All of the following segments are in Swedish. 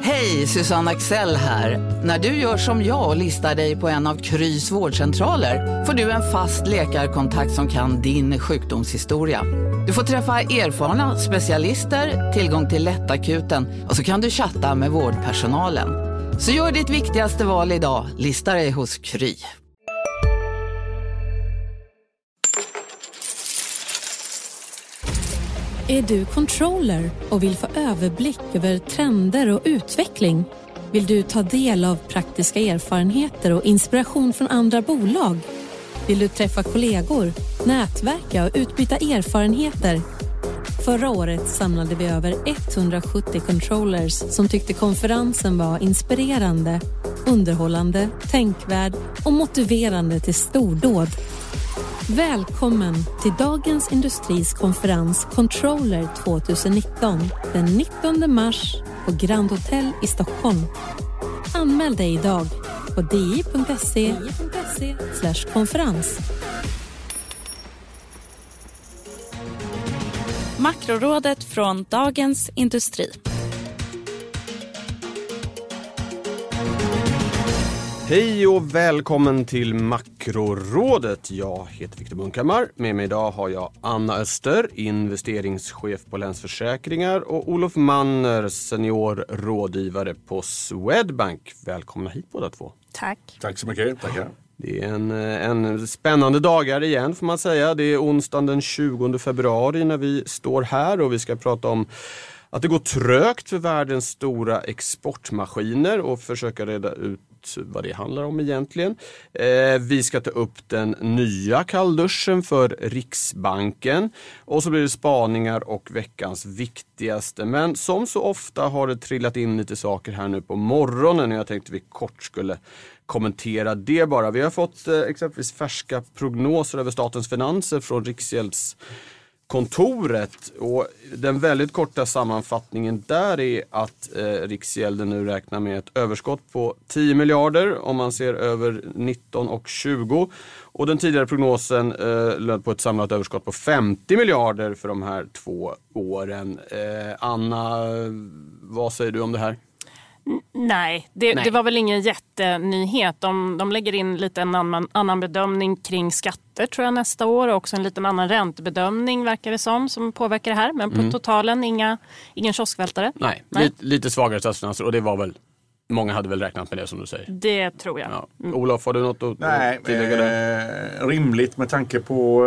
Hej, Susanne Axel här. När du gör som jag och listar dig på en av Krys vårdcentraler får du en fast läkarkontakt som kan din sjukdomshistoria. Du får träffa erfarna specialister, tillgång till lättakuten och så kan du chatta med vårdpersonalen. Så gör ditt viktigaste val idag, lista dig hos Kry. Är du controller och vill få överblick över trender och utveckling? Vill du ta del av praktiska erfarenheter och inspiration från andra bolag? Vill du träffa kollegor, nätverka och utbyta erfarenheter? Förra året samlade vi över 170 controllers som tyckte konferensen var inspirerande, underhållande, tänkvärd och motiverande till stordåd. Välkommen till Dagens Industris konferens Controller 2019 den 19 mars på Grand Hotel i Stockholm. Anmäl dig idag på di.se/konferens. Makrorådet från Dagens Industri. Hej och välkommen till Makrorådet. Jag heter Viktor Munkhammar. Med mig idag har jag Anna Öster, investeringschef på Länsförsäkringar, och Olof Manner, senior rådgivare på Swedbank. Välkomna hit båda två. Tack. Tack så mycket. Tackar. Det är en spännande dagar igen får man säga. Det är onsdagen den 20 februari när vi står här och vi ska prata om att det går trögt för världens stora exportmaskiner och försöka reda ut vad det handlar om egentligen. Vi ska ta upp den nya kallduschen för Riksbanken och så blir det spaningar och veckans viktigaste. Men som så ofta har det trillat in lite saker här nu på morgonen och jag tänkte vi kort skulle kommentera det bara. Vi har fått exempelvis färska prognoser över statens finanser från Riksgäldskontoret och den väldigt korta sammanfattningen där är att Riksgälden nu räknar med ett överskott på 10 miljarder om man ser över 19 och 20 och den tidigare prognosen löd på ett samlat överskott på 50 miljarder för de här 2 åren. Anna, vad säger du om det här? Nej, det var väl ingen jättenyhet. De lägger in lite en annan bedömning kring skatter tror jag nästa år och också en liten annan räntebedömning verkar det som påverkar det här. Men på totalen ingen kioskvältare. Nej. Lite svagare statsfinanser och det var väl, många hade väl räknat med det som du säger. Det tror jag. Ja. Olof, har du något att tillägga där? Rimligt med tanke på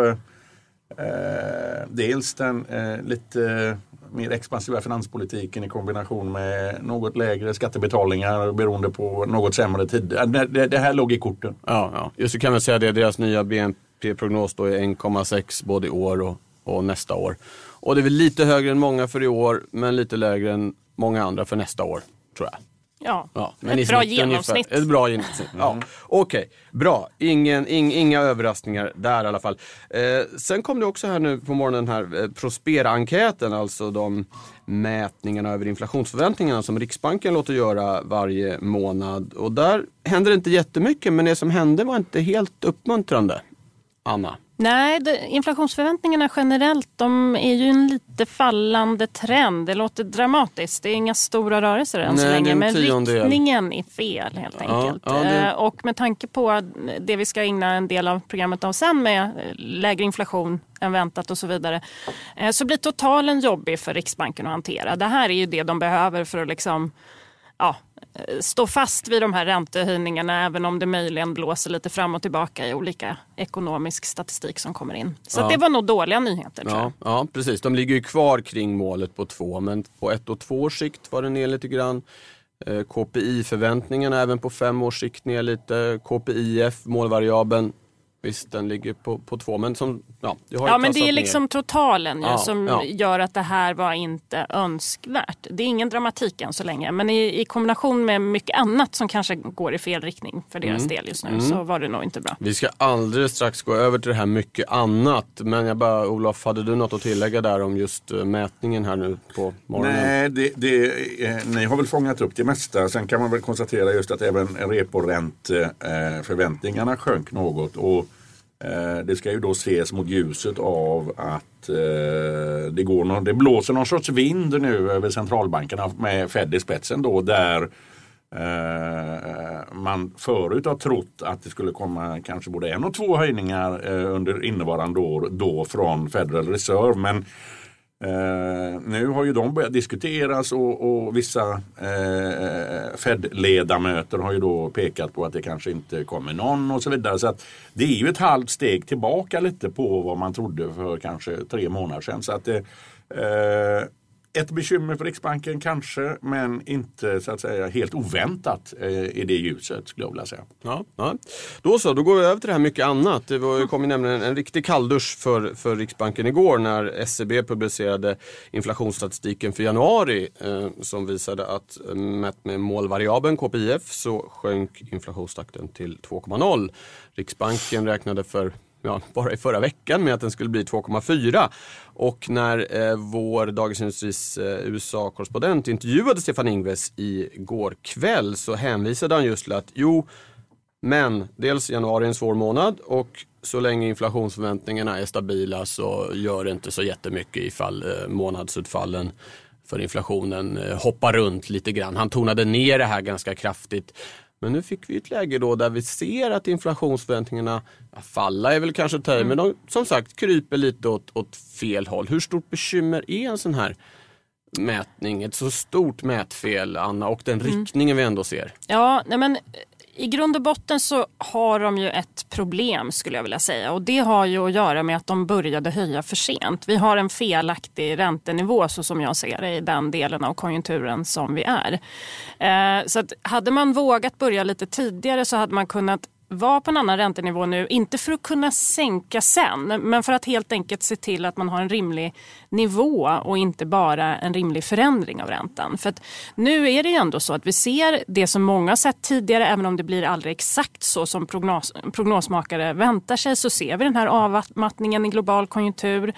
dels den lite mer expansiva finanspolitiken i kombination med något lägre skattebetalningar beroende på något sämre tid. Det här låg i korten. Ja. Just så kan man säga det. Deras nya BNP-prognos då är 1,6 både i år och nästa år. Och det är väl lite högre än många för i år men lite lägre än många andra för nästa år tror jag. Ja, men ett bra genomsnitt. Ett bra genomsnitt. Ja. Okej, bra. Inga överraskningar där i alla fall. Sen kom det också här nu på morgonen här Prospera-enkäten, alltså de mätningarna över inflationsförväntningarna som Riksbanken låter göra varje månad. Och där händer det inte jättemycket, men det som hände var inte helt uppmuntrande. Anna? Nej, inflationsförväntningarna generellt, de är ju en lite fallande trend. Det låter dramatiskt. Det är inga stora rörelser än så länge. Men riktningen är fel helt enkelt. Och med tanke på det vi ska ägna en del av programmet av sen med lägre inflation än väntat och så vidare, så blir totalen jobbig för Riksbanken att hantera. Det här är ju det de behöver för att liksom stå fast vid de här räntehöjningarna även om det möjligen blåser lite fram och tillbaka i olika ekonomisk statistik som kommer in. Så det var nog dåliga nyheter tror jag. Ja, precis. De ligger ju kvar kring målet på 2 men på 1 och 2 års sikt var det ner lite grann. KPI-förväntningarna även på 5 års sikt ner lite. KPIF, målvariabeln. Visst, den ligger på 2, men som men det är liksom totalen som gör att det här var inte önskvärt. Det är ingen dramatik än så länge, men i kombination med mycket annat som kanske går i fel riktning för deras del just nu så var det nog inte bra. Vi ska alldeles strax gå över till det här mycket annat, men Olof, hade du något att tillägga där om just mätningen här nu på morgonen? Nej, ni har väl fångat upp det mesta. Sen kan man väl konstatera just att även reporentförväntningarna sjönk något och Det ska ju då ses mot ljuset av att det blåser någon sorts vind nu över centralbankerna med Fed i spetsen då, där man förut har trott att det skulle komma kanske både 1 och 2 höjningar under innevarande år då från Federal Reserve, men nu har ju de börjat diskuteras och vissa Fed-ledamöter har ju då pekat på att det kanske inte kommer någon och så vidare, så att det är ju ett halvt steg tillbaka lite på vad man trodde för kanske 3 månader sedan, så att ett bekymmer för Riksbanken kanske, men inte så att säga helt oväntat i det ljuset, skulle jag vilja säga. Ja. Då går vi över till det här mycket annat. Det kom ju nämligen en riktig kalldusch för Riksbanken igår när SCB publicerade inflationsstatistiken för januari som visade att mätt med målvariabeln KPIF så sjönk inflationstakten till 2,0. Riksbanken räknade bara i förra veckan med att den skulle bli 2,4. Och när vår Dagens Industris USA-korrespondent intervjuade Stefan Ingves igår kväll så hänvisade han just till att men dels januari är en svår månad och så länge inflationsförväntningarna är stabila så gör det inte så jättemycket ifall månadsutfallen för inflationen hoppar runt lite grann. Han tonade ner det här ganska kraftigt. Men nu fick vi ett läge då där vi ser att inflationsförväntningarna falla är väl kanske att men de som sagt kryper lite åt fel håll. Hur stort bekymmer är en sån här mätning? Ett så stort mätfel, Anna, och den riktningen vi ändå ser. Ja, men i grund och botten så har de ju ett problem, skulle jag vilja säga. Och det har ju att göra med att de började höja för sent. Vi har en felaktig räntenivå så som jag ser det i den delen av konjunkturen som vi är. Så att hade man vågat börja lite tidigare så hade man kunnat vara på en annan räntenivå nu, inte för att kunna sänka sen, men för att helt enkelt se till att man har en rimlig nivå och inte bara en rimlig förändring av räntan. För att nu är det ju ändå så att vi ser det som många har sett tidigare, även om det blir aldrig exakt så som prognosmakare väntar sig, så ser vi den här avmattningen i global konjunktur.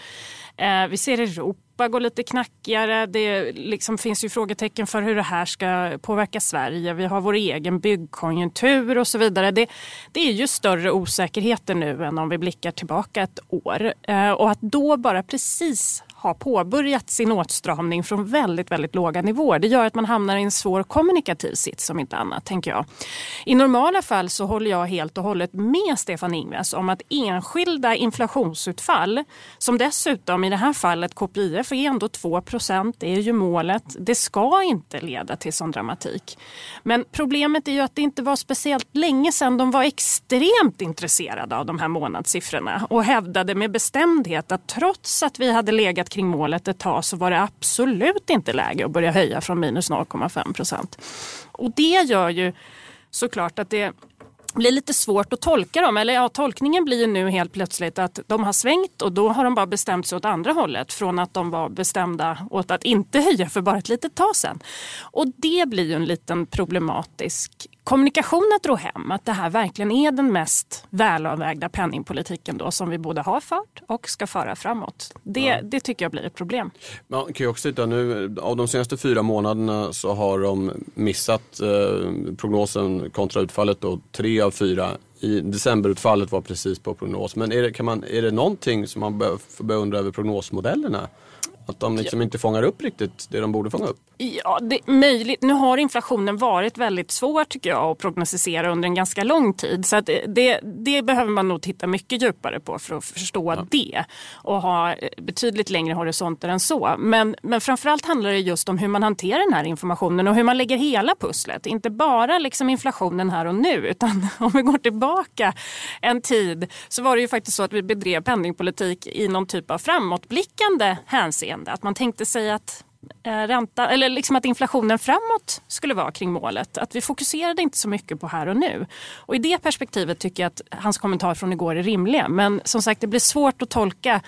Vi ser Europa går lite knackigare. Det liksom finns ju frågetecken för hur det här ska påverka Sverige. Vi har vår egen byggkonjunktur och så vidare. Det är ju större osäkerheter nu än om vi blickar tillbaka ett år. Och att då bara precis har påbörjat sin åtstramning från väldigt, väldigt låga nivåer. Det gör att man hamnar i en svår kommunikativ sits som inte annat, tänker jag. I normala fall så håller jag helt och hållet med Stefan Ingves om att enskilda inflationsutfall, som dessutom i det här fallet KPIF är ändå 2%, det är ju målet. Det ska inte leda till sån dramatik. Men problemet är ju att det inte var speciellt länge sedan de var extremt intresserade av de här månadssiffrorna och hävdade med bestämdhet att trots att vi hade legat kring målet ett tag så var det absolut inte läge att börja höja från minus 0,5%. Och det gör ju såklart att det blir lite svårt att tolka dem. Eller tolkningen blir ju nu helt plötsligt att de har svängt och då har de bara bestämt sig åt andra hållet från att de var bestämda åt att inte höja för bara ett litet tag sedan. Och det blir ju en liten problematisk kommunikation att dra hem, att det här verkligen är den mest välavvägda penningpolitiken då som vi både har fört och ska föra framåt. Det tycker jag blir ett problem. Man kan ju också titta nu, av de senaste 4 månaderna så har de missat prognosen kontra utfallet då 3 av 4. I decemberutfallet var precis på prognos. Men är det någonting som man får börja undra över prognosmodellerna? Att de liksom inte fångar upp riktigt det de borde fånga upp? Ja, det är möjligt. Nu har inflationen varit väldigt svår tycker jag att prognostisera under en ganska lång tid. Så att det behöver man nog titta mycket djupare på för att förstå det. Och ha betydligt längre horisonter än så. Men framförallt handlar det just om hur man hanterar den här informationen och hur man lägger hela pusslet. Inte bara liksom inflationen här och nu, utan om vi går tillbaka en tid så var det ju faktiskt så att vi bedrev penningpolitik i någon typ av framåtblickande hänseende. Att man tänkte sig att ränta, eller liksom att inflationen framåt skulle vara kring målet. Att vi fokuserade inte så mycket på här och nu. Och i det perspektivet tycker jag att hans kommentar från igår är rimliga. Men som sagt, det blir svårt att tolka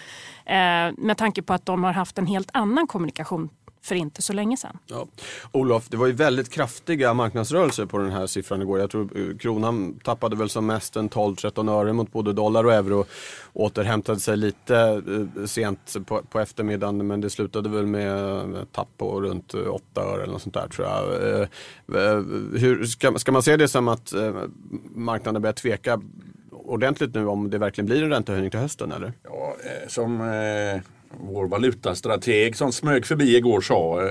med tanke på att de har haft en helt annan kommunikation för inte så länge sedan. Ja. Olof, det var ju väldigt kraftiga marknadsrörelser på den här siffran igår. Jag tror kronan tappade väl som mest en 12-13 öre mot både dollar och euro. Återhämtade sig lite sent på eftermiddagen, men det slutade väl med tapp på runt 8 öre eller något sånt där, tror jag. Hur ska man se det som att marknaden börjar tveka ordentligt nu om det verkligen blir en räntehöjning till hösten, eller? Ja, som vår valutastrateg som smög förbi igår sa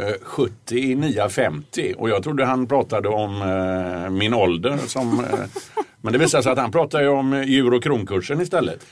79,50 och jag trodde han pratade om min ålder men det visade sig att han pratade om euro- och kronkursen istället.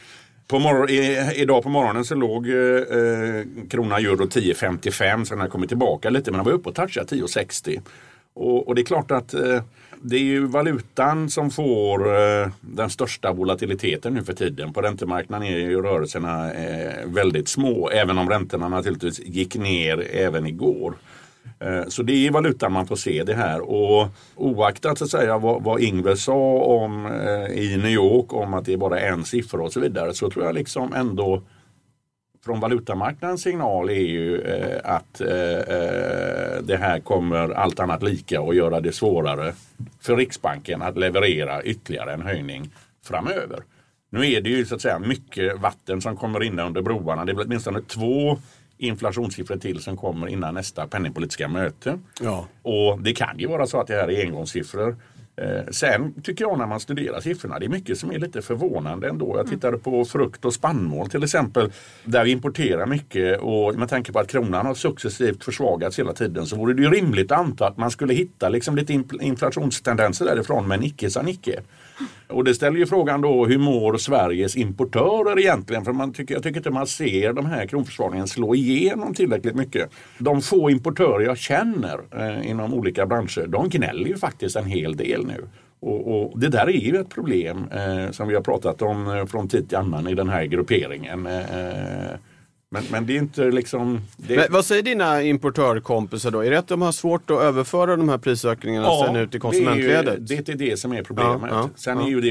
Idag på morgonen så låg krona euro 10,55 så den har kommit tillbaka lite, men den var uppe och touchade 10,60 och det är klart att det är ju valutan som får den största volatiliteten nu för tiden. På räntemarknaden är ju rörelserna väldigt små, även om räntorna naturligtvis gick ner även igår. Så det är valutan man får se det här. Och oaktat så att säga vad Ingvar sa om i New York om att det är bara en siffra och så vidare, så tror jag liksom ändå från valutamarknadens signal är ju att det här kommer allt annat lika och göra det svårare för Riksbanken att leverera ytterligare en höjning framöver. Nu är det ju så att säga mycket vatten som kommer in under broarna. Det är åtminstone 2 inflationssiffror till som kommer innan nästa penningpolitiska möte. Ja. Och det kan ju vara så att det här är engångssiffror. Sen tycker jag när man studerar siffrorna, det är mycket som är lite förvånande ändå. Jag tittade på frukt och spannmål till exempel, där vi importerar mycket och med tanke på att kronan har successivt försvagats hela tiden så vore det ju rimligt att anta att man skulle hitta liksom lite inflationstendenser därifrån, men icke sa icke. Och det ställer ju frågan då, hur mår Sveriges importörer egentligen? För jag tycker inte man ser de här kronförsvagningen slå igenom tillräckligt mycket. De få importörer jag känner inom olika branscher, de gnäller ju faktiskt en hel del nu. Och det där är ju ett problem som vi har pratat om från tid till annan i den här grupperingen. Men det är inte liksom... Vad säger dina importörkompisar då? Är det att de har svårt att överföra de här prisökningarna sen ut i konsumentledet? Det är det som är problemet. Ja. Sen är ju det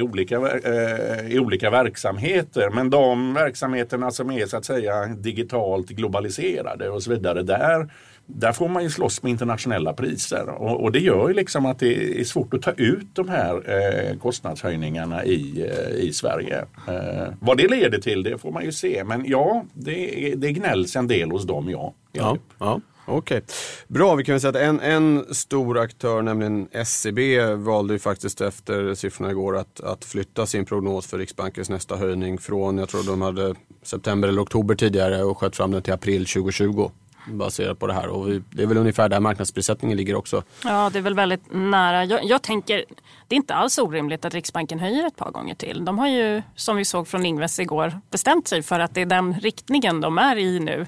i olika verksamheter. Men de verksamheterna som är så att säga digitalt globaliserade och så vidare, där får man ju slåss med internationella priser. Och det gör ju liksom att det är svårt att ta ut de här kostnadshöjningarna i Sverige. Vad det leder till, det får man ju se. Men ja, det gnälls en del hos dem, ja. Ja. Okej. Bra, vi kan väl säga att en stor aktör, nämligen SEB, valde ju faktiskt efter siffrorna igår att flytta sin prognos för Riksbankens nästa höjning från, jag tror de hade september eller oktober tidigare och sköt fram den till april 2020. Baserat på det här, och det är väl ungefär där marknadsprissättningen ligger också. Ja, det är väl väldigt nära. Jag tänker, det är inte alls orimligt att Riksbanken höjer ett par gånger till. De har ju, som vi såg från Ingves igår, bestämt sig för att det är den riktningen de är i nu.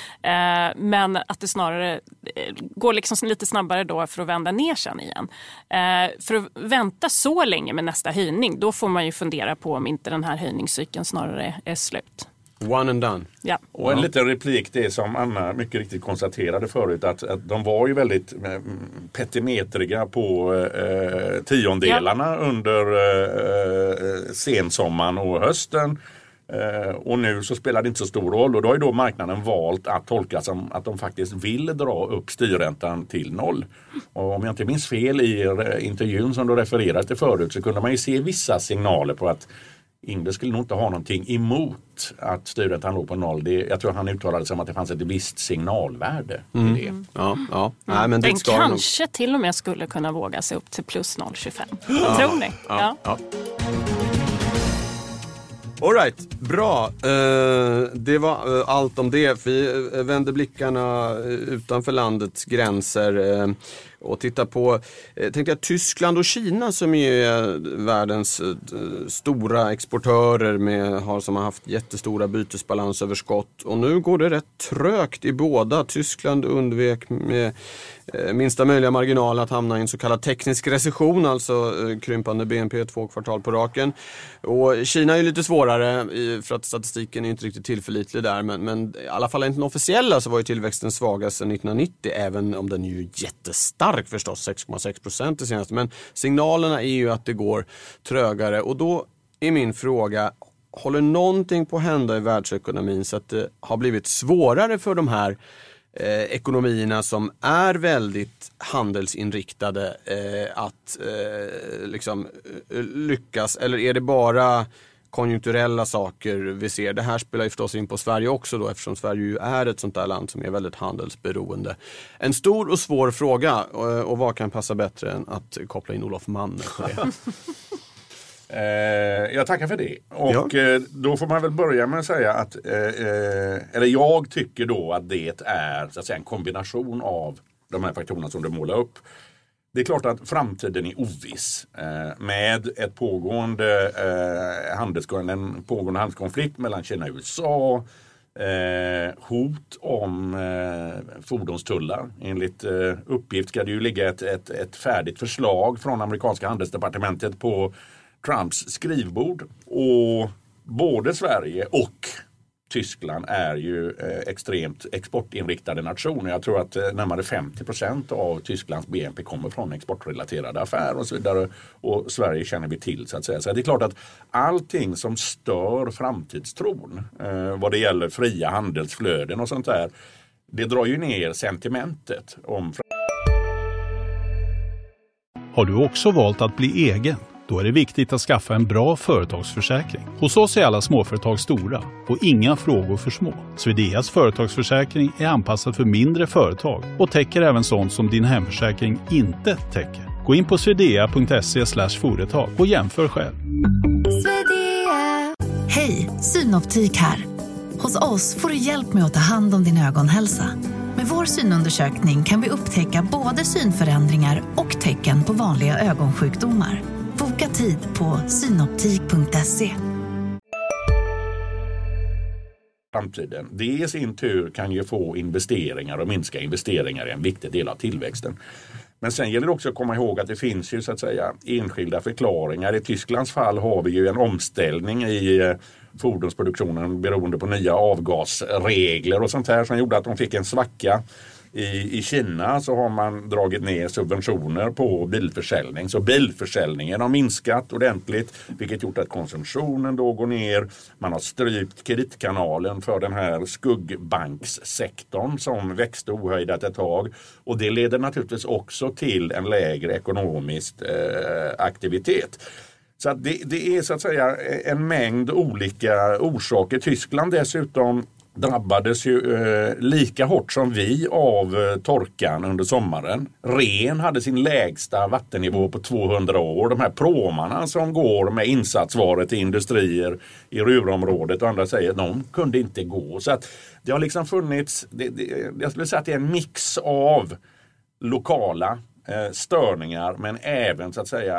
Men att det snarare går liksom lite snabbare då för att vända ner sen igen. För att vänta så länge med nästa höjning, då får man ju fundera på om inte den här höjningscykeln snarare är slut. One and done. Ja. Och en liten replik, det som Anna mycket riktigt konstaterade förut, att de var ju väldigt petimetriga på tiondelarna under sensommaren och hösten. Och nu så spelar det inte så stor roll, och då har ju då marknaden valt att tolka som att de faktiskt vill dra upp styrräntan till 0. Och om jag inte minns fel i intervjun som du refererade till förut, så kunde man ju se vissa signaler på att Ingvar skulle nog inte ha någonting emot att styrräntan låg på 0. Jag tror han uttalade sig om att det fanns ett visst signalvärde i det. Ja. Nej, men den kanske till och med skulle kunna våga sig upp till plus 0,25. Tror ni? Ja. All right, bra. Det var allt om det. Vi vänder blickarna utanför landets gränser och tittar på, tänkte jag, Tyskland och Kina som är världens stora exportörer som har haft jättestora bytesbalansöverskott. Och nu går det rätt trögt i båda. Tyskland undvek med minsta möjliga marginal att hamna i en så kallad teknisk recession, alltså krympande BNP 2 kvartal på raken. Och Kina är lite svårare för att statistiken är inte riktigt tillförlitlig där, men i alla fall inte den officiella så var ju tillväxten svagast sedan 1990, även om den är ju jättestark förstås, 6,6% det senaste. Men signalerna är ju att det går trögare, och då är min fråga, håller någonting på att hända i världsekonomin så att det har blivit svårare för de här ekonomierna som är väldigt handelsinriktade att liksom lyckas, eller är det bara konjunkturella saker vi ser? Det här spelar ju förstås in på Sverige också då, eftersom Sverige ju är ett sånt där land som är väldigt handelsberoende. En stor och svår fråga, och vad kan passa bättre än att koppla in Olof Manne på det? Jag tackar för det. Och då får man väl börja med att säga att eller jag tycker då att det är så att säga en kombination av de här faktorerna som du målar upp. Det är klart att framtiden är oviss med en pågående handelskonflikt mellan Kina och USA, hot om fordonstullar. Enligt uppgift ska det ju ligga ett färdigt förslag från amerikanska handelsdepartementet på Trumps skrivbord, och både Sverige och Tyskland är ju extremt exportinriktade nationer. Jag tror att närmare 50% av Tysklands BNP kommer från exportrelaterade affärer och så vidare. Och Sverige känner vi till, så att säga. Så det är klart att allting som stör framtidstron vad det gäller fria handelsflöden och sånt där, det drar ju ner sentimentet om. Har du också valt att bli egen? Då är det viktigt att skaffa en bra företagsförsäkring. Hos oss är alla småföretag stora och inga frågor för små. Swedeas företagsförsäkring är anpassad för mindre företag och täcker även sånt som din hemförsäkring inte täcker. Gå in på swedea.se/företag och jämför själv. Hej, Synoptik här. Hos oss får du hjälp med att ta hand om din ögonhälsa. Med vår synundersökning kan vi upptäcka både synförändringar och tecken på vanliga ögonsjukdomar. Boka tid på synoptik.se. Framtiden. Det i sin tur kan ju få investeringar och minska investeringar i en viktig del av tillväxten. Men sen gäller det också att komma ihåg att det finns ju så att säga enskilda förklaringar. I Tysklands fall har vi ju en omställning i fordonsproduktionen beroende på nya avgasregler och sånt här som gjorde att de fick en svacka. I Kina så har man dragit ner subventioner på bilförsäljning. Så bilförsäljningen har minskat ordentligt, vilket gjort att konsumtionen då går ner. Man har strypt kreditkanalen för den här skuggbankssektorn som växte ohejdat ett tag. Och det leder naturligtvis också till en lägre ekonomisk aktivitet. Så att det är så att säga en mängd olika orsaker. Tyskland dessutom drabbades ju lika hårt som vi av torkan under sommaren. Ren hade sin lägsta vattennivå på 200 år. De här pråmarna som går med insatsvaror till industrier i Ruhrområdet och andra säger att de kunde inte gå. Så att det har liksom funnits, jag skulle säga att det är en mix av lokala störningar men även så att säga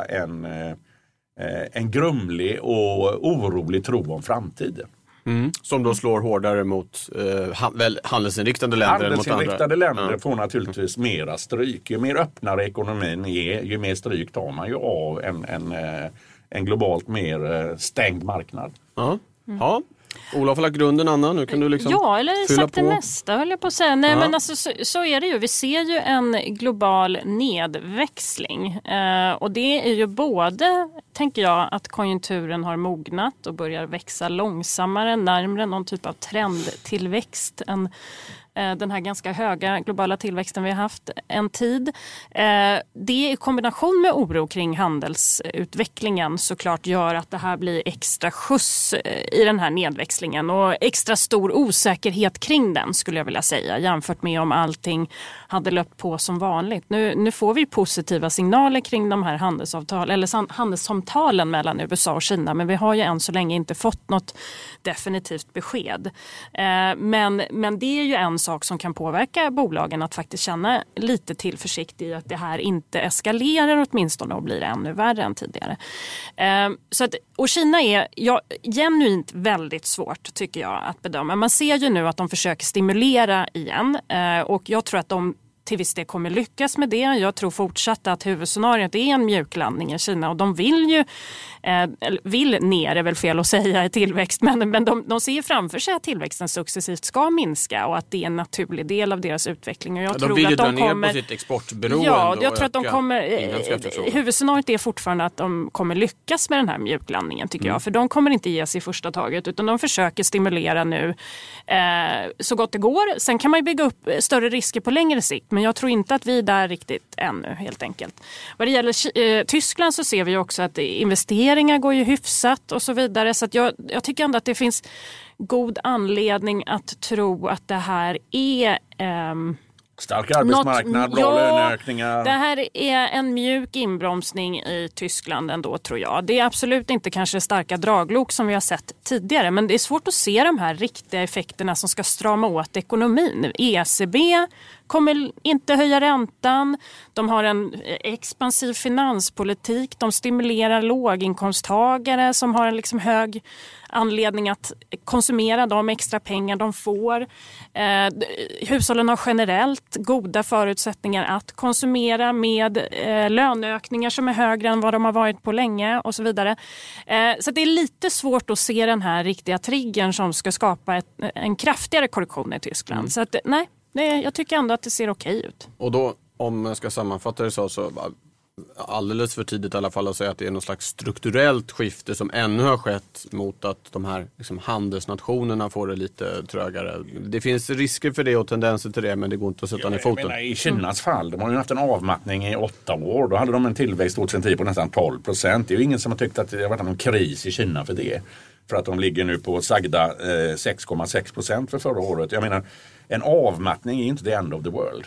en grumlig och orolig tro om framtiden. Som då slår hårdare mot handelsinriktade länder. Handelsinriktade länder får naturligtvis mera stryk. Ju mer öppnare ekonomin är, ju mer stryk tar man ju av en globalt mer stängd marknad. Ja. Olof har lagt grunden, Anna. Nu kan du liksom eller sagt det mesta, höll jag på att säga. Nej, men alltså, så är det ju. Vi ser ju en global nedväxling. Och det är ju både, tänker jag, att konjunkturen har mognat och börjar växa långsammare, närmare någon typ av trendtillväxt än den här ganska höga globala tillväxten vi har haft en tid. Det i kombination med oro kring handelsutvecklingen såklart gör att det här blir extra skjuts i den här nedväxlingen och extra stor osäkerhet kring den, skulle jag vilja säga, jämfört med om allting hade löpt på som vanligt. Nu får vi positiva signaler kring de här handelssamtalen mellan USA och Kina, men vi har ju än så länge inte fått något definitivt besked. Men det är ju en sak som kan påverka bolagen att faktiskt känna lite tillförsikt i att det här inte eskalerar åtminstone och blir ännu värre än tidigare. Och Kina är genuint väldigt svårt, tycker jag, att bedöma. Man ser ju nu att de försöker stimulera igen och jag tror att de till viss del kommer lyckas med det. Jag tror fortsatt att huvudscenariot är en mjuklandning i Kina och de vill ner, är väl fel att säga, i tillväxt, men de ser framför sig att tillväxten successivt ska minska och att det är en naturlig del av deras utveckling. Och jag tror vill att ju de dra kommer ner på sitt exportberoende. Ja, jag tror att de kommer huvudscenariot är fortfarande att de kommer lyckas med den här mjuklandningen, tycker jag, för de kommer inte ge sig i första taget, utan de försöker stimulera nu så gott det går. Sen kan man ju bygga upp större risker på längre sikt, men jag tror inte att vi är där riktigt ännu, helt enkelt. Vad det gäller Tyskland så ser vi också att investeringar går ju hyfsat och så vidare. Så att jag tycker ändå att det finns god anledning att tro att det här är Stark arbetsmarknad, bra löneökningar. Det här är en mjuk inbromsning i Tyskland ändå, tror jag. Det är absolut inte kanske starka draglok som vi har sett tidigare, men det är svårt att se de här riktiga effekterna som ska strama åt ekonomin. ECB kommer inte höja räntan. De har en expansiv finanspolitik. De stimulerar låginkomsttagare som har en liksom hög anledning att konsumera de extra pengar de får. Hushållen har generellt goda förutsättningar att konsumera med löneökningar som är högre än vad de har varit på länge och så vidare. Så det är lite svårt att se den här riktiga triggern som ska skapa en kraftigare korrektion i Tyskland. Så att, nej, jag tycker ändå att det ser okej ut. Och då, om jag ska sammanfatta det så alldeles för tidigt i alla fall att säga att det är något slags strukturellt skifte som ännu har skett mot att de här liksom, handelsnationerna får det lite trögare. Det finns risker för det och tendenser till det, men det går inte att sätta ner foten. I Kinas fall, de har ju haft en avmattning i 8 år. Då hade de en tillväxt 2010 på nästan 12%. Det är ju ingen som har tyckt att det har varit någon kris i Kina för det. För att de ligger nu på sagda 6,6% för förra året. Jag menar, en avmattning är inte the end of the world.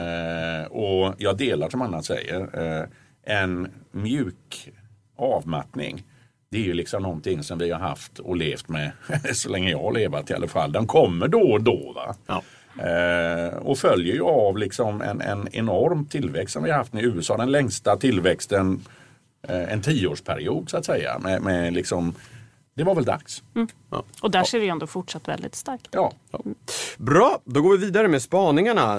Och jag delar som Anna säger. En mjuk avmattning, det är ju liksom någonting som vi har haft och levt med så länge jag har levat i alla fall. Den kommer då och då, va? Ja. Och följer ju av liksom en enorm tillväxt som vi har haft i USA. Den längsta tillväxten en 10-årsperiod så att säga. Med liksom, det var väl dags. Ja. Och där ser vi ändå fortsatt väldigt starkt. Ja. Bra, då går vi vidare med spaningarna.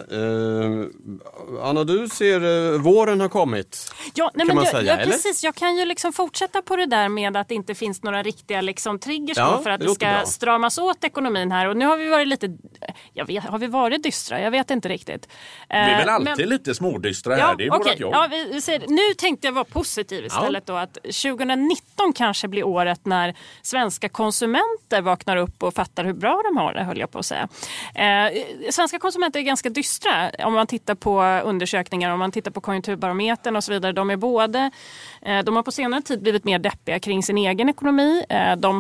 Anna, du ser våren har kommit. Ja, nej, men precis. Jag kan ju liksom fortsätta på det där med att det inte finns några riktiga liksom triggers för att det ska stramas åt ekonomin här. Och nu har vi varit lite, har vi varit dystra? Jag vet inte riktigt. Vi är väl alltid lite smådystra här, det är vårt jobb. Ja, vi ser, nu tänkte jag vara positiv istället då, att 2019 kanske blir året när svenska konsumenter vaknar upp och fattar hur bra de har det, höll jag på att säga. Svenska konsumenter är ganska dystra om man tittar på undersökningar, om man tittar på konjunkturbarometern och så vidare. De har på senare tid blivit mer deppiga kring sin egen ekonomi. De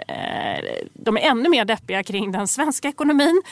är ännu mer deppiga kring den svenska ekonomin.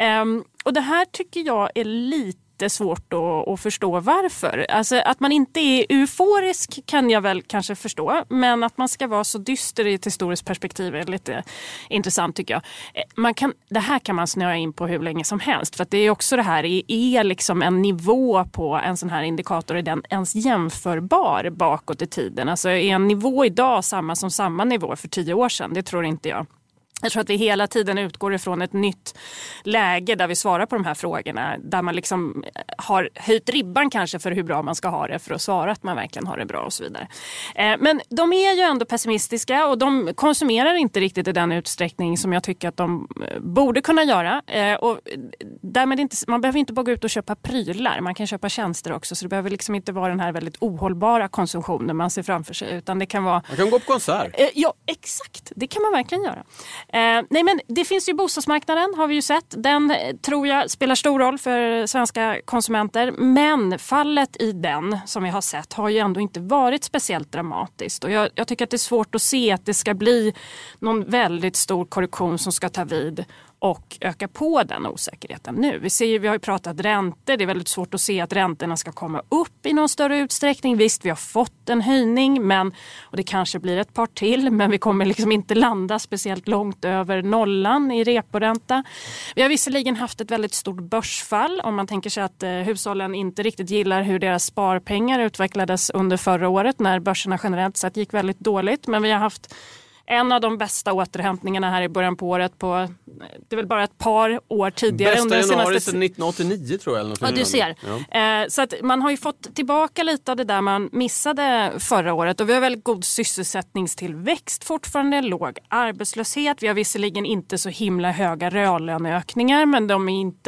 Och det här tycker jag är lite svårt att förstå varför. Alltså att man inte är euforisk kan jag väl kanske förstå, men att man ska vara så dyster i ett historiskt perspektiv är lite intressant tycker jag. Det här kan man snöa in på hur länge som helst, för att det är också det här är liksom en nivå på en sån här indikator, är den ens jämförbar bakåt i tiden? Alltså är en nivå idag samma nivå för 10 år sedan? Det tror inte jag. Jag tror att vi hela tiden utgår ifrån ett nytt läge där vi svarar på de här frågorna. Där man liksom har höjt ribban kanske för hur bra man ska ha det för att svara att man verkligen har det bra och så vidare. Men de är ju ändå pessimistiska och de konsumerar inte riktigt i den utsträckning som jag tycker att de borde kunna göra. Och därmed man behöver inte bara gå ut och köpa prylar. Man kan köpa tjänster också, så det behöver liksom inte vara den här väldigt ohållbara konsumtionen man ser framför sig. Utan det kan vara... Man kan gå på konsert. Ja, exakt. Det kan man verkligen göra. Nej, men det finns ju bostadsmarknaden, har vi ju sett. Den tror jag spelar stor roll för svenska konsumenter. Men fallet i den som vi har sett har ju ändå inte varit speciellt dramatiskt. Och jag tycker att det är svårt att se att det ska bli någon väldigt stor korrektion som ska ta vid och öka på den osäkerheten nu. Vi har ju pratat räntor. Det är väldigt svårt att se att räntorna ska komma upp i någon större utsträckning. Visst, vi har fått en höjning, och det kanske blir ett par till, men vi kommer liksom inte landa speciellt långt över nollan i reporänta. Vi har visserligen haft ett väldigt stort börsfall om man tänker sig att hushållen inte riktigt gillar hur deras sparpengar utvecklades under förra året när börserna generellt sett gick väldigt dåligt. Men vi har haft en av de bästa återhämtningarna här i början på året det är väl bara ett par år tidigare. Bästa januari sedan 1989 tror jag. Ja, du ser. Ja. Så att man har ju fått tillbaka lite av det där man missade förra året. Och vi har väldigt god sysselsättningstillväxt fortfarande, låg arbetslöshet. Vi har visserligen inte så himla höga reallöneökningar, men de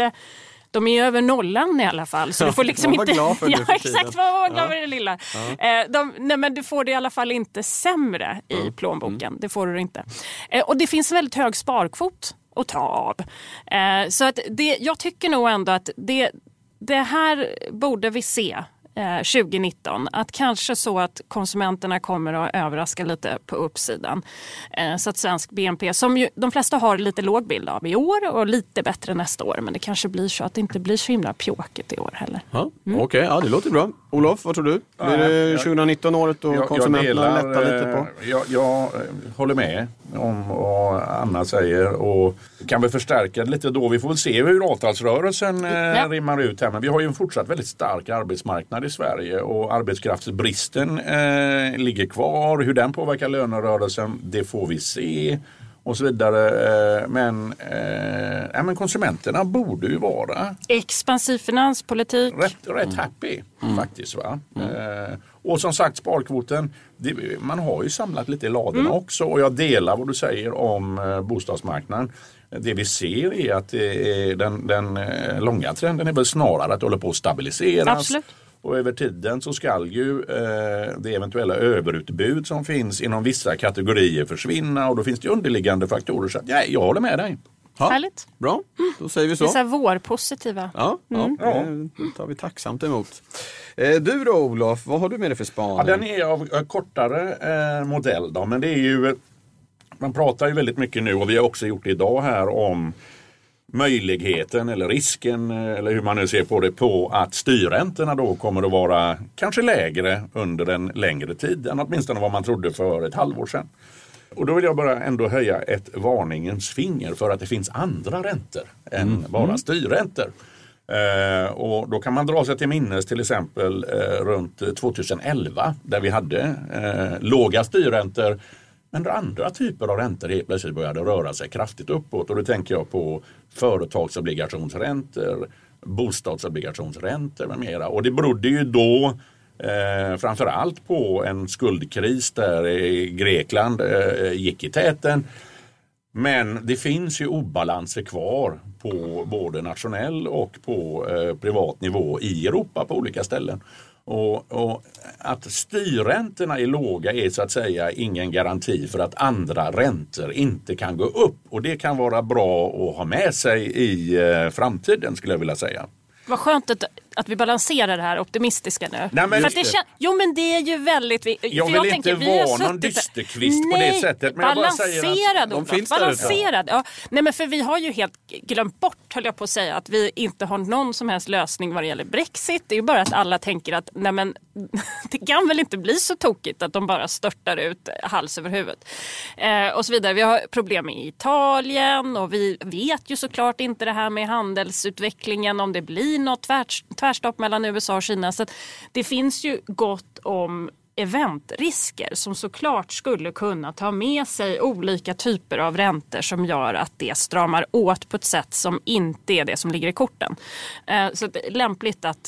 är över nollan i alla fall. Så du får liksom inte... glad för det för exakt, var glad för det lilla. Ja. Men du får det i alla fall inte sämre i plånboken. Det får du inte. Och det finns en väldigt hög sparkvot att ta av. Så att jag tycker nog ändå att det här borde vi se 2019. Att kanske så att konsumenterna kommer att överraska lite på uppsidan. Så att svensk BNP, som ju de flesta har lite låg bild av i år och lite bättre nästa år. Men det kanske blir så att det inte blir så himla pjåkigt i år heller. Ja, Okej, det låter bra. Olof, vad tror du? Blir det 2019-året och konsumenterna lättar lite på? Jag håller med om vad Anna säger och kan väl förstärka det lite då. Vi får väl se hur avtalsrörelsen rimmar ut här. Men vi har ju en fortsatt väldigt stark arbetsmarknad i Sverige och arbetskraftsbristen ligger kvar. Hur den påverkar lönerörelsen, det får vi se och så vidare. Men konsumenterna borde ju vara expansiv finanspolitik. Rätt happy faktiskt. Va? Och som sagt, sparkvoten, man har ju samlat lite i ladorna också. Och jag delar vad du säger om bostadsmarknaden. Det vi ser är att den långa trenden är väl snarare att det håller på att stabiliseras. Absolut. Och över tiden så ska ju det eventuella överutbud som finns inom vissa kategorier försvinna. Och då finns det underliggande faktorer. Så att, jag håller med dig. Härligt. Bra, då säger vi så. Det är så här vårpositiva. Ja, det tar vi tacksamt emot. Du då, Olof, vad har du med dig för spaning? Ja, den är av kortare modell då, men det är ju, man pratar ju väldigt mycket nu och vi har också gjort det idag här om möjligheten eller risken eller hur man nu ser på det på att styrräntorna då kommer att vara kanske lägre under en längre tid än åtminstone vad man trodde för ett halvår sedan. Och då vill jag bara ändå höja ett varningens finger för att det finns andra räntor än bara styrräntor. Och då kan man dra sig till minnes till exempel runt 2011 där vi hade låga styrräntor men där andra typer av räntor helt plötsligt började röra sig kraftigt uppåt. Och då tänker jag på företagsobligationsräntor, bostadsobligationsräntor med mera. Och det berodde ju då framförallt på en skuldkris där Grekland gick i täten. Men det finns ju obalanser kvar på både nationell och på privat nivå i Europa på olika ställen. Och att styrräntorna är låga är så att säga ingen garanti för att andra räntor inte kan gå upp. Och det kan vara bra att ha med sig i framtiden skulle jag vilja säga. Vad skönt att vi balanserar det här optimistiska nu. Nej, men för att men det är ju väldigt... Jag vill inte vara någon dysterkvist på det sättet. Men balanserad. De finns balanserad. Ja. Nej, men för vi har ju helt glömt bort, höll jag på att säga, att vi inte har någon som helst lösning vad det gäller Brexit. Det är ju bara att alla tänker att nej, men, det kan väl inte bli så tokigt att de bara störtar ut hals över huvudet. Och så vidare. Vi har problem i Italien och vi vet ju såklart inte det här med handelsutvecklingen, om det blir något tvärstopp mellan USA och Kina. Så att det finns ju gott om eventrisker som såklart skulle kunna ta med sig olika typer av räntor som gör att det stramar åt på ett sätt som inte är det som ligger i korten. Så det är lämpligt att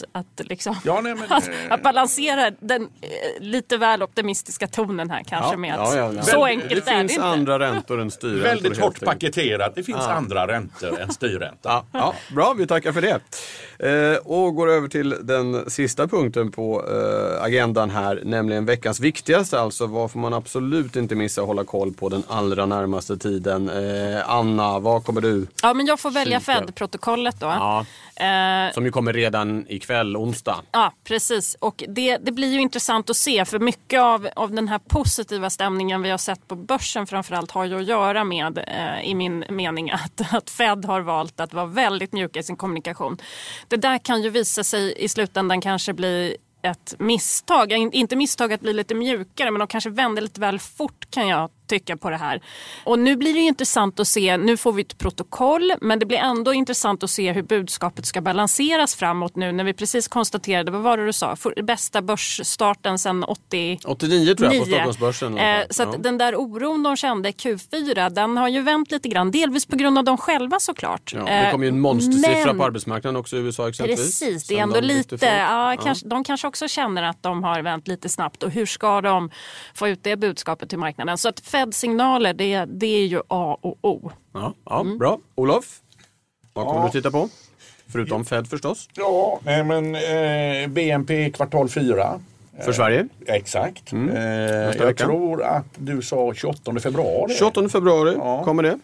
balansera den lite väl optimistiska tonen här kanske med att så enkelt det är det finns inte. Andra räntor än styrräntor. Väldigt hårt paketerat. Det finns andra räntor än styrräntor. Bra, vi tackar för det. Och går över till den sista punkten på agendan här, nämligen veckans viktigaste, alltså vad får man absolut inte missa att hålla koll på den allra närmaste tiden. Anna, vad kommer du? Ja, men jag får välja Fed-protokollet då. Ja, som ju kommer redan ikväll, onsdag. Ja, precis. Och det blir ju intressant att se, för mycket av den här positiva stämningen vi har sett på börsen framförallt har ju att göra med, i min mening, att Fed har valt att vara väldigt mjuka i sin kommunikation. Det där kan ju visa sig i slutändan kanske bli ett misstag. Inte misstag att bli lite mjukare, men de kanske vänder lite väl fort kan jag tycka på det här. Och nu blir det ju intressant att se, nu får vi ett protokoll, men det blir ändå intressant att se hur budskapet ska balanseras framåt nu när vi precis konstaterade, vad var det du sa? Bästa börsstarten sedan 89 tror jag på Stockholmsbörsen. Så att den där oron de kände Q4, den har ju vänt lite grann, delvis på grund av dem själva såklart. Ja, det kom ju en monstersiffra på arbetsmarknaden också i USA exempelvis. Precis, det är ändå de kanske också känner att de har vänt lite snabbt, och hur ska de få ut det budskapet till marknaden? Så att Fed-signaler, det är ju A och O. Bra. Olof, vad kommer du titta på? Förutom Fed förstås. Ja, men BNP kvartal 4. För Sverige? Exakt. Jag tror att du sa 28 februari. 28 februari kommer det.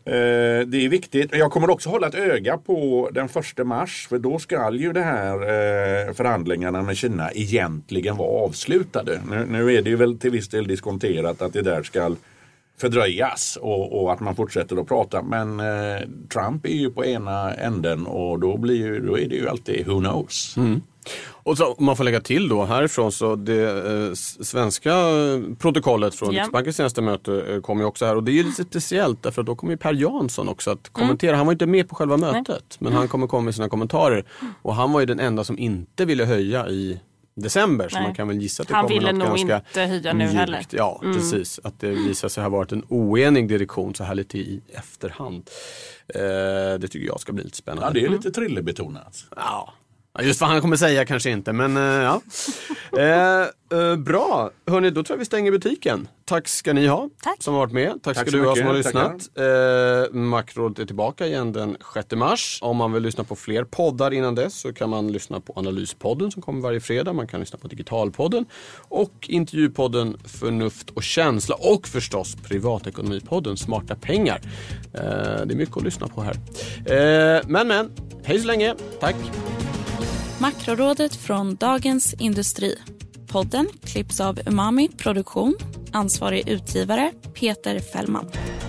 Det är viktigt. Jag kommer också hålla ett öga på den 1 mars. För då ska ju det här förhandlingarna med Kina egentligen vara avslutade. Nu är det ju väl till viss del diskonterat att det där ska fördröjas och att man fortsätter att prata. Men Trump är ju på ena änden och då är det ju alltid who knows. Mm. Och så, om man får lägga till då härifrån, så det svenska protokollet från Riksbankens senaste möte kommer ju också här, och det är ju lite speciellt därför att då kommer ju Per Jansson också att kommentera. Han var inte med på själva mötet, men han kommer komma med sina kommentarer, och han var ju den enda som inte ville höja i december, så man kan väl gissa att det han kommer ville något nog ganska inte höja nu mjukt. heller. Ja, precis. Att det visar sig ha varit en oenig direktion så här lite i efterhand. Det tycker jag ska bli lite spännande. Ja, det är lite trillebetonat. Ja. Just vad han kommer säga kanske inte, men ja. Bra, hörni, då tror jag vi stänger butiken. Tack ska ni ha som har varit med. Tack ska du ha som har lyssnat. Macradiot är tillbaka igen den 6 mars. Om man vill lyssna på fler poddar innan dess så kan man lyssna på Analyspodden som kommer varje fredag. Man kan lyssna på Digitalpodden och intervjupodden Förnuft och känsla, och förstås Privatekonomipodden Smarta pengar. Det är mycket att lyssna på här. Men, hej så länge. Tack. Makrorådet från Dagens Industri. Podden klipps av Umami Produktion. Ansvarig utgivare Peter Fällman.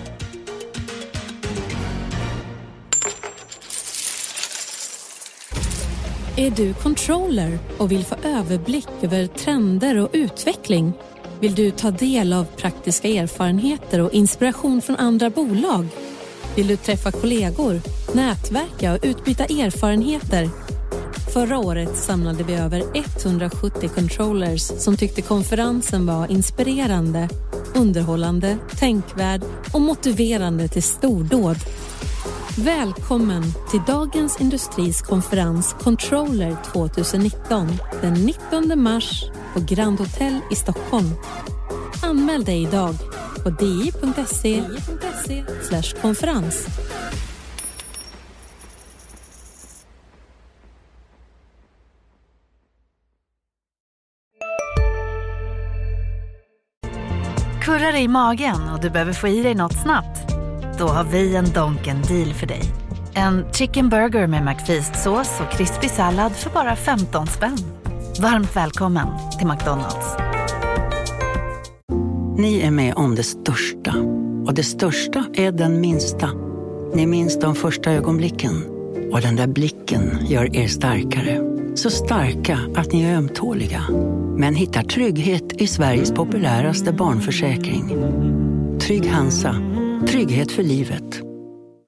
Är du controller och vill få överblick över trender och utveckling? Vill du ta del av praktiska erfarenheter och inspiration från andra bolag? Vill du träffa kollegor, nätverka och utbyta erfarenheter? Förra året samlade vi över 170 controllers som tyckte konferensen var inspirerande, underhållande, tänkvärd och motiverande till stordåd. Välkommen till Dagens Industris konferens Controller 2019 den 19 mars på Grand Hotel i Stockholm. Anmäl dig idag på di.se/konferens. Kurrar dig i magen och du behöver få i dig något snabbt? Då har vi en Donken deal för dig. En chicken burger med McFeast-sås och krispig sallad för bara 15 spänn. Varmt välkommen till McDonald's. Ni är med om det största. Och det största är den minsta. Ni minns de första ögonblicken. Och den där blicken gör er starkare. Så starka att ni är ömtåliga. Men hittar trygghet i Sveriges populäraste barnförsäkring. Trygg Hansa. Trygghet för livet.